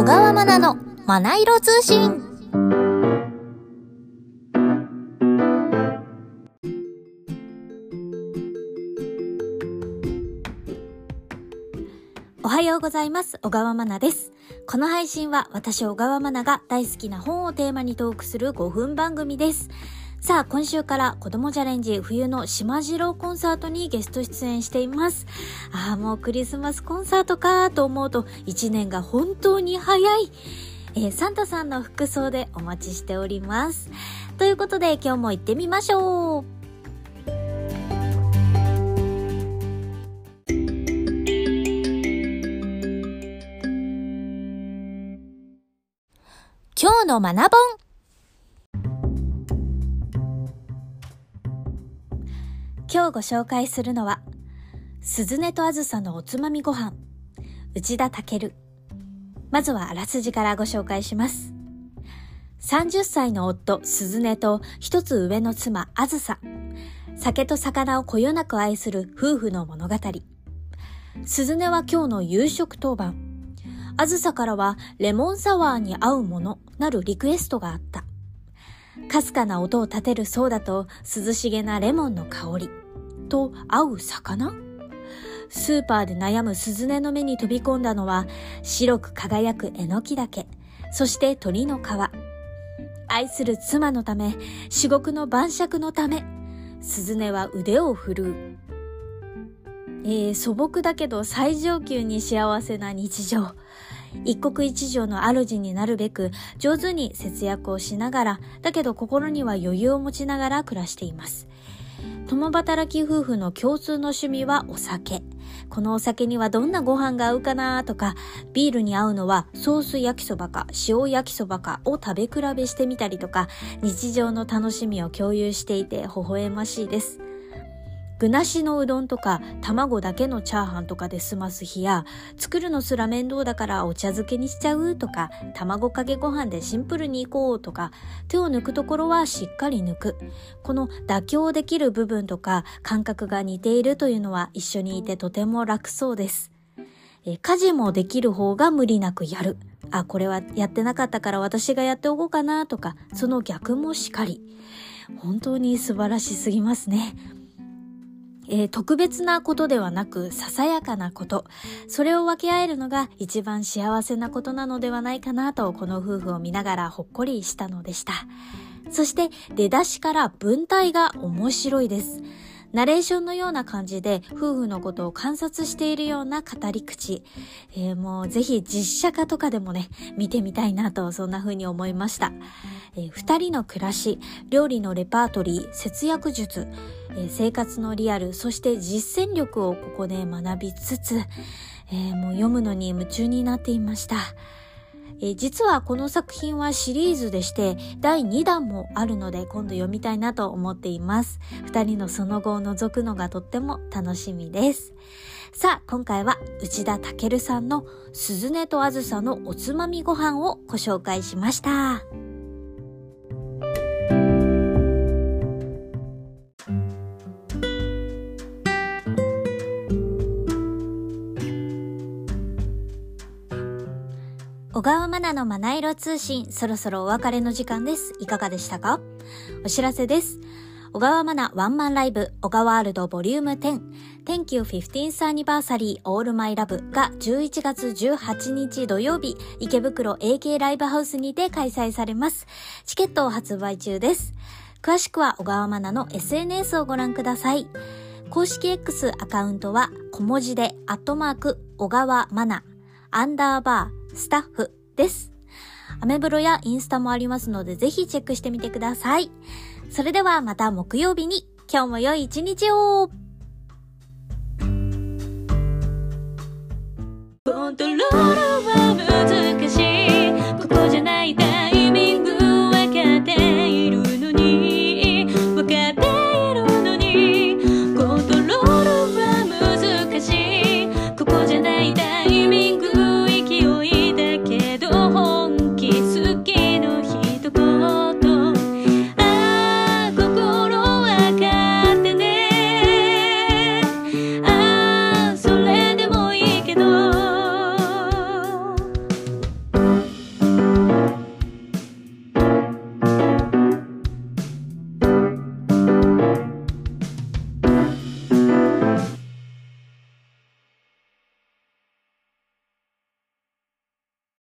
川まなのまな色通信。おはようございます。小川まなです。この配信は私小川まなが大好きな本をテーマにトークする5分番組です。さあ、今週から子供チャレンジ冬のしまじろうコンサートにゲスト出演しています。もうクリスマスコンサートかと思うと1年が本当に早い。サンタさんの服装でお待ちしております。ということで今日も行ってみましょう。今日の学ぼん。今日ご紹介するのはすずねとあずさのおつまみご飯、内田健。まずはあらすじからご紹介します。30歳の夫すずねと一つ上の妻あずさ、酒と魚をこよなく愛する夫婦の物語。すずねは今日の夕食当番、あずさからはレモンサワーに合うものなるリクエストがあった。かすかな音を立てるソーダと涼しげなレモンの香りと合う魚。スーパーで悩むすずねの目に飛び込んだのは白く輝くえのき茸、そして鶏の皮。愛する妻のため、至極の晩酌のため、すずねは腕を振るう。素朴だけど最上級に幸せな日常。一国一城の主になるべく上手に節約をしながら、だけど心には余裕を持ちながら暮らしています。共働き夫婦の共通の趣味はお酒。このお酒にはどんなご飯が合うかなとか、ビールに合うのはソース焼きそばか塩焼きそばかを食べ比べしてみたりとか、日常の楽しみを共有していて微笑ましいです。具なしのうどんとか卵だけのチャーハンとかで済ます日や、作るのすら面倒だからお茶漬けにしちゃうとか、卵かけご飯でシンプルにいこうとか、手を抜くところはしっかり抜く。この妥協できる部分とか感覚が似ているというのは一緒にいてとても楽そうです。家事もできる方が無理なくやる。これはやってなかったから私がやっておこうかなとか、その逆もしかり。本当に素晴らしすぎますね。特別なことではなくささやかなこと、それを分け合えるのが一番幸せなことなのではないかなと、この夫婦を見ながらほっこりしたのでした。そして出だしから文体が面白いです。ナレーションのような感じで夫婦のことを観察しているような語り口。もうぜひ実写化とかでもね、見てみたいなと、そんな風に思いました。二人の暮らし、料理のレパートリー、節約術、生活のリアル、そして実践力をここで学びつつ、もう読むのに夢中になっていました。実はこの作品はシリーズでして第2弾もあるので、今度読みたいなと思っています。二人のその後を覗くのがとっても楽しみです。さあ、今回は内田健さんのすずねとあずさのおつまみご飯をご紹介しました。小川まなのまな色通信、そろそろお別れの時間です。いかがでしたか？お知らせです。小川まなワンマンライブ小川ワールドボリューム10 Thank you 15th Anniversary All My Love が11月18日土曜日、池袋 AK ライブハウスにて開催されます。チケットを発売中です。詳しくは小川まなの SNS をご覧ください。公式 X アカウントは小文字で@小川まな_スタッフです。アメブロやインスタもありますので、ぜひチェックしてみてください。それではまた木曜日に。今日も良い一日を。コントロール